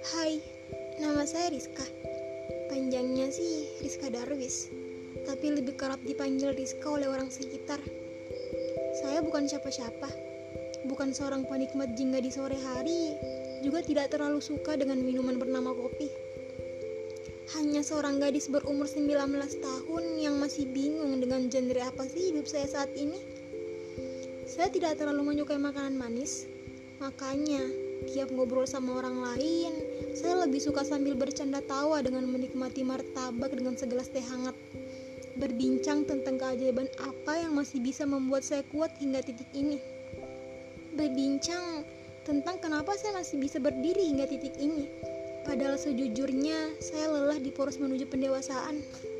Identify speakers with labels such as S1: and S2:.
S1: Hai, nama saya Rizka. Panjangnya sih Rizka Darwis, tapi lebih kerap dipanggil Rizka oleh orang sekitar. Saya bukan siapa-siapa, bukan seorang penikmat jingga di sore hari, juga tidak terlalu suka dengan minuman bernama kopi. Hanya seorang gadis berumur 19 tahun yang masih bingung dengan genre apa sih hidup saya saat ini. Saya tidak terlalu menyukai makanan manis, makanya tiap ngobrol sama orang lain, saya lebih suka sambil bercanda tawa dengan menikmati martabak dengan segelas teh hangat. Berbincang tentang keajaiban apa yang masih bisa membuat saya kuat hingga titik ini. Berbincang tentang kenapa saya masih bisa berdiri hingga titik ini. Padahal sejujurnya saya lelah di poros menuju pendewasaan.